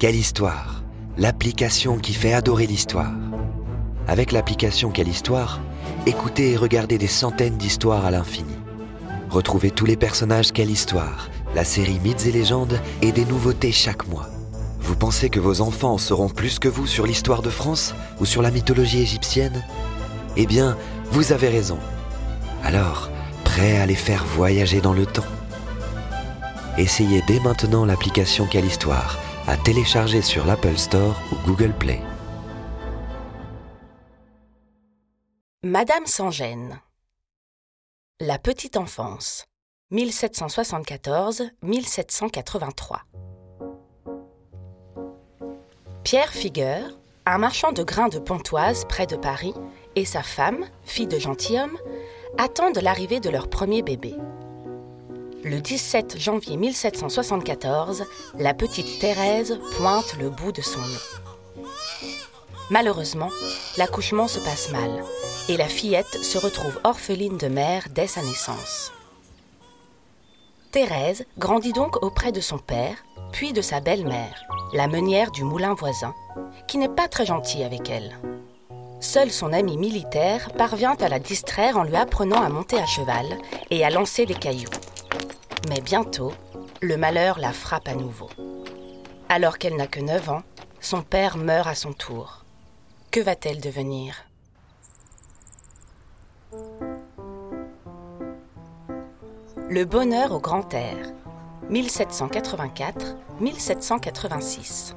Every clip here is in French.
Quelle Histoire, l'application qui fait adorer l'histoire. Avec l'application Quelle Histoire, écoutez et regardez des centaines d'histoires à l'infini. Retrouvez tous les personnages Quelle Histoire, la série Mythes et légendes et des nouveautés chaque mois. Vous pensez que vos enfants en sauront plus que vous sur l'histoire de France ou sur la mythologie égyptienne ? Eh bien, vous avez raison. Alors, prêt à les faire voyager dans le temps ? Essayez dès maintenant l'application Quelle Histoire, à télécharger sur l'Apple Store ou Google Play. Madame sans gêne. La petite enfance, 1774-1783. Pierre Figueur, un marchand de grains de Pontoise près de Paris, et sa femme, fille de gentilhomme, attendent l'arrivée de leur premier bébé. Le 17 janvier 1774, la petite Thérèse pointe le bout de son nez. Malheureusement, l'accouchement se passe mal et la fillette se retrouve orpheline de mère dès sa naissance. Thérèse grandit donc auprès de son père, puis de sa belle-mère, la meunière du moulin voisin, qui n'est pas très gentille avec elle. Seul son ami militaire parvient à la distraire en lui apprenant à monter à cheval et à lancer des cailloux. Mais bientôt, le malheur la frappe à nouveau. Alors qu'elle n'a que 9 ans, son père meurt à son tour. Que va-t-elle devenir ? Le bonheur au grand air, 1784-1786.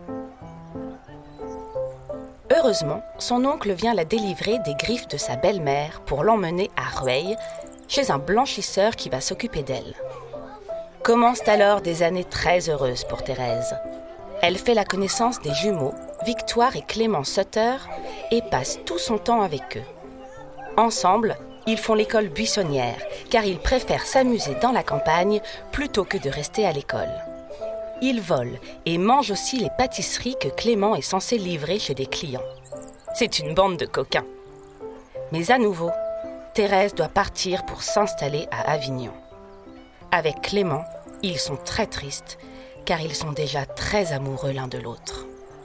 Heureusement, son oncle vient la délivrer des griffes de sa belle-mère pour l'emmener à Rueil, chez un blanchisseur qui va s'occuper d'elle. Commencent alors des années très heureuses pour Thérèse. Elle fait la connaissance des jumeaux, Victoire et Clément Sutter, et passe tout son temps avec eux. Ensemble, ils font l'école buissonnière, car ils préfèrent s'amuser dans la campagne plutôt que de rester à l'école. Ils volent et mangent aussi les pâtisseries que Clément est censé livrer chez des clients. C'est une bande de coquins. Mais à nouveau, Thérèse doit partir pour s'installer à Avignon. Avec Clément, ils sont très tristes, car ils sont déjà très amoureux l'un de l'autre.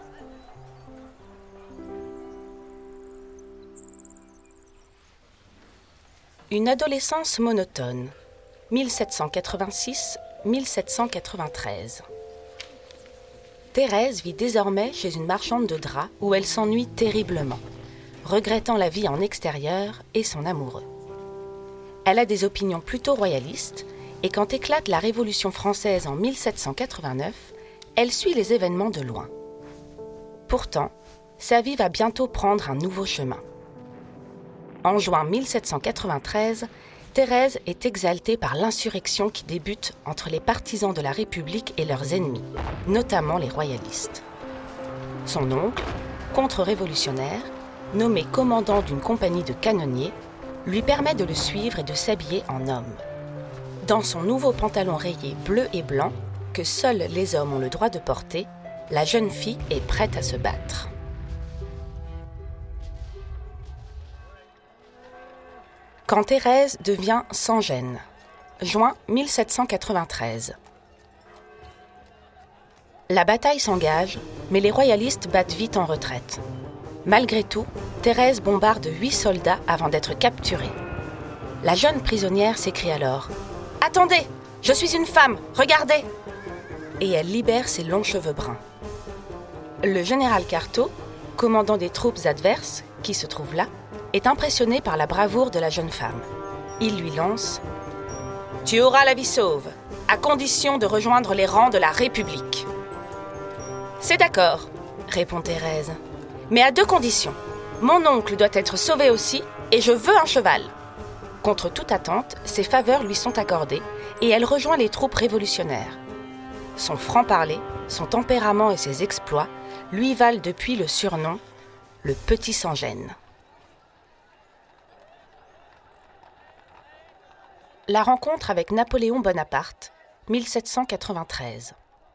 Une adolescence monotone, 1786-1793. Thérèse vit désormais chez une marchande de draps où elle s'ennuie terriblement, regrettant la vie en extérieur et son amoureux. Elle a des opinions plutôt royalistes et quand éclate la Révolution française en 1789, elle suit les événements de loin. Pourtant, sa vie va bientôt prendre un nouveau chemin. En juin 1793, Thérèse est exaltée par l'insurrection qui débute entre les partisans de la République et leurs ennemis, notamment les royalistes. Son oncle, contre-révolutionnaire, nommé commandant d'une compagnie de canonniers, lui permet de le suivre et de s'habiller en homme. Dans son nouveau pantalon rayé bleu et blanc, que seuls les hommes ont le droit de porter, la jeune fille est prête à se battre. Quand Thérèse devient sans gêne, juin 1793. La bataille s'engage, mais les royalistes battent vite en retraite. Malgré tout, Thérèse bombarde 8 soldats avant d'être capturée. La jeune prisonnière s'écrie alors « Attendez, je suis une femme, regardez !» Et elle libère ses longs cheveux bruns. Le général Cartaux, commandant des troupes adverses, qui se trouvent là, est impressionné par la bravoure de la jeune femme. Il lui lance « Tu auras la vie sauve, à condition de rejoindre les rangs de la République. » « C'est d'accord, » répond Thérèse, « mais à 2 conditions. Mon oncle doit être sauvé aussi et je veux un cheval. » Contre toute attente, ses faveurs lui sont accordées et elle rejoint les troupes révolutionnaires. Son franc-parler, son tempérament et ses exploits lui valent depuis le surnom « le petit sans gêne ». La rencontre avec Napoléon Bonaparte, 1793.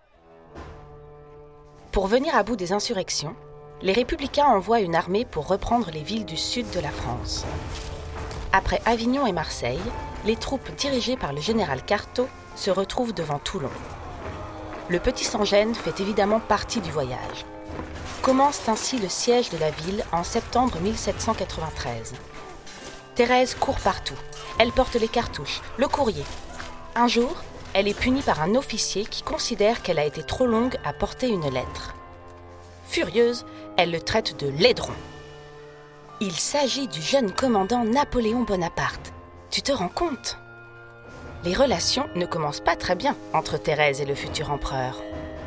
Pour venir à bout des insurrections, les républicains envoient une armée pour reprendre les villes du sud de la France. Après Avignon et Marseille, les troupes dirigées par le général Cartaux se retrouvent devant Toulon. Le petit sans-gêne fait évidemment partie du voyage. Commence ainsi le siège de la ville en septembre 1793. Thérèse court partout. Elle porte les cartouches, le courrier. Un jour, elle est punie par un officier qui considère qu'elle a été trop longue à porter une lettre. Furieuse, elle le traite de laidron. Il s'agit du jeune commandant Napoléon Bonaparte. Tu te rends compte ? Les relations ne commencent pas très bien entre Thérèse et le futur empereur.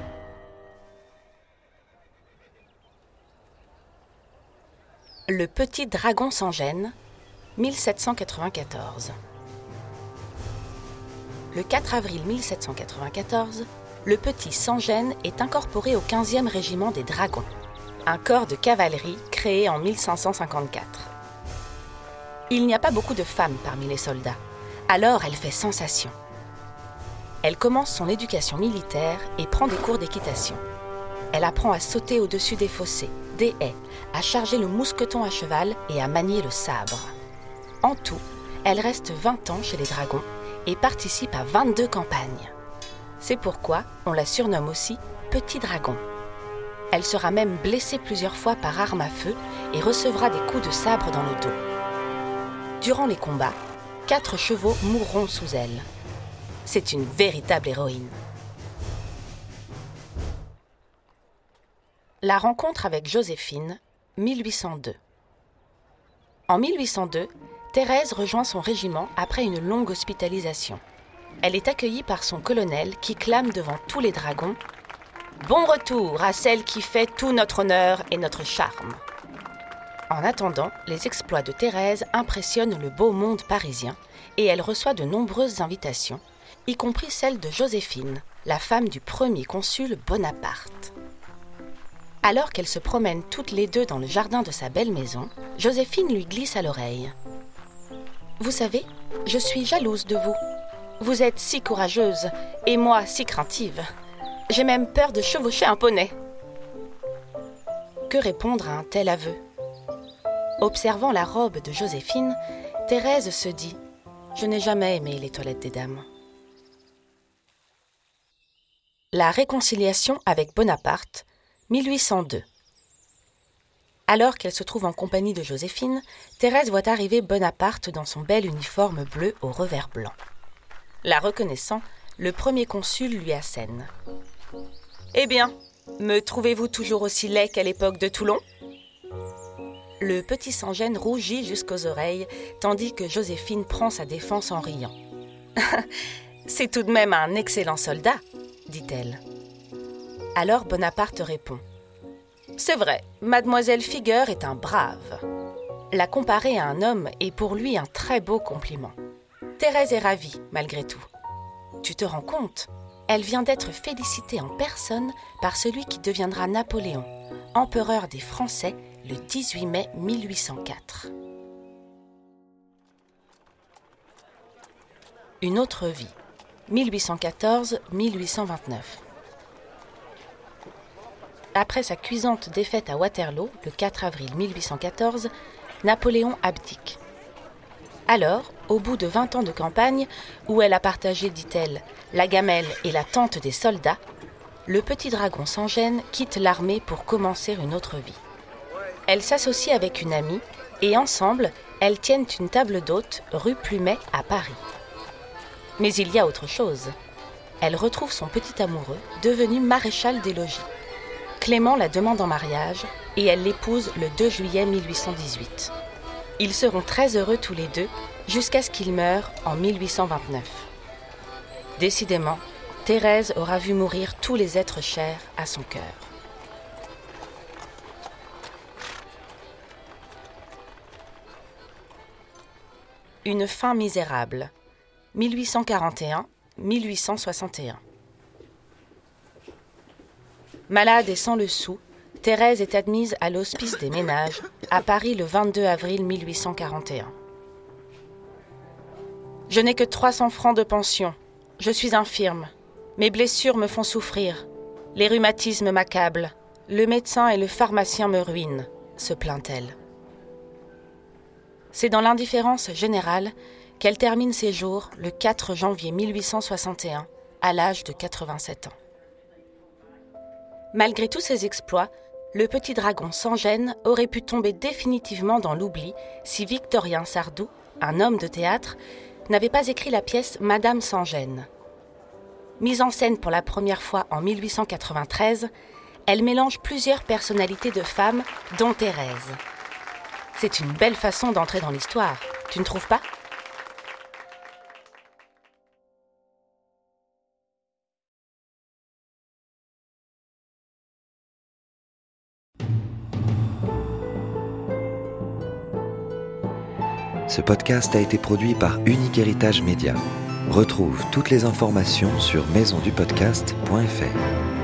Le petit dragon sans gêne, 1794. Le 4 avril 1794, le petit sans gêne est incorporé au 15e régiment des dragons, un corps de cavalerie créé en 1554. Il n'y a pas beaucoup de femmes parmi les soldats, alors elle fait sensation. Elle commence son éducation militaire et prend des cours d'équitation. Elle apprend à sauter au-dessus des fossés, des haies, à charger le mousqueton à cheval et à manier le sabre. En tout, elle reste 20 ans chez les dragons et participe à 22 campagnes. C'est pourquoi on la surnomme aussi Petit Dragon. Elle sera même blessée plusieurs fois par arme à feu et recevra des coups de sabre dans le dos. Durant les combats, 4 chevaux mourront sous elle. C'est une véritable héroïne. La rencontre avec Joséphine, 1802. En 1802, Thérèse rejoint son régiment après une longue hospitalisation. Elle est accueillie par son colonel qui clame devant tous les dragons « Bon retour à celle qui fait tout notre honneur et notre charme ». En attendant, les exploits de Thérèse impressionnent le beau monde parisien et elle reçoit de nombreuses invitations, y compris celle de Joséphine, la femme du premier consul Bonaparte. Alors qu'elles se promènent toutes les deux dans le jardin de sa belle maison, Joséphine lui glisse à l'oreille. « Vous savez, je suis jalouse de vous. Vous êtes si courageuse et moi si craintive. J'ai même peur de chevaucher un poney. » Que répondre à un tel aveu ? Observant la robe de Joséphine, Thérèse se dit « Je n'ai jamais aimé les toilettes des dames. » La réconciliation avec Bonaparte, 1802. Alors qu'elle se trouve en compagnie de Joséphine, Thérèse voit arriver Bonaparte dans son bel uniforme bleu au revers blanc. La reconnaissant, le premier consul lui assène. « Eh bien, me trouvez-vous toujours aussi laid qu'à l'époque de Toulon ?» Le petit sans-gêne rougit jusqu'aux oreilles, tandis que Joséphine prend sa défense en riant. « C'est tout de même un excellent soldat, » dit-elle. Alors Bonaparte répond. « C'est vrai, mademoiselle Figueur est un brave. » La comparer à un homme est pour lui un très beau compliment. Thérèse est ravie, malgré tout. Tu te rends compte ? Elle vient d'être félicitée en personne par celui qui deviendra Napoléon, empereur des Français, le 18 mai 1804. Une autre vie, 1814-1829. Après sa cuisante défaite à Waterloo, le 4 avril 1814, Napoléon abdique. Alors, au bout de 20 ans de campagne, où elle a partagé, dit-elle, la gamelle et la tente des soldats, le petit dragon sans gêne quitte l'armée pour commencer une autre vie. Elle s'associe avec une amie et ensemble, elles tiennent une table d'hôte rue Plumet à Paris. Mais il y a autre chose. Elle retrouve son petit amoureux, devenu maréchal des logis. Clément la demande en mariage et elle l'épouse le 2 juillet 1818. Ils seront très heureux tous les deux jusqu'à ce qu'ils meurent en 1829. Décidément, Thérèse aura vu mourir tous les êtres chers à son cœur. Une fin misérable, 1841-1861. Malade et sans le sou, Thérèse est admise à l'hospice des ménages à Paris le 22 avril 1841. « Je n'ai que 300 francs de pension. Je suis infirme. Mes blessures me font souffrir. Les rhumatismes m'accablent. Le médecin et le pharmacien me ruinent, » se plaint-elle. C'est dans l'indifférence générale qu'elle termine ses jours le 4 janvier 1861, à l'âge de 87 ans. Malgré tous ses exploits, le petit dragon sans gêne aurait pu tomber définitivement dans l'oubli si Victorien Sardou, un homme de théâtre, n'avait pas écrit la pièce Madame sans gêne. Mise en scène pour la première fois en 1893, elle mélange plusieurs personnalités de femmes, dont Thérèse. C'est une belle façon d'entrer dans l'histoire, tu ne trouves pas ? Ce podcast a été produit par Unique Héritage Média. Retrouve toutes les informations sur maisondupodcast.fr.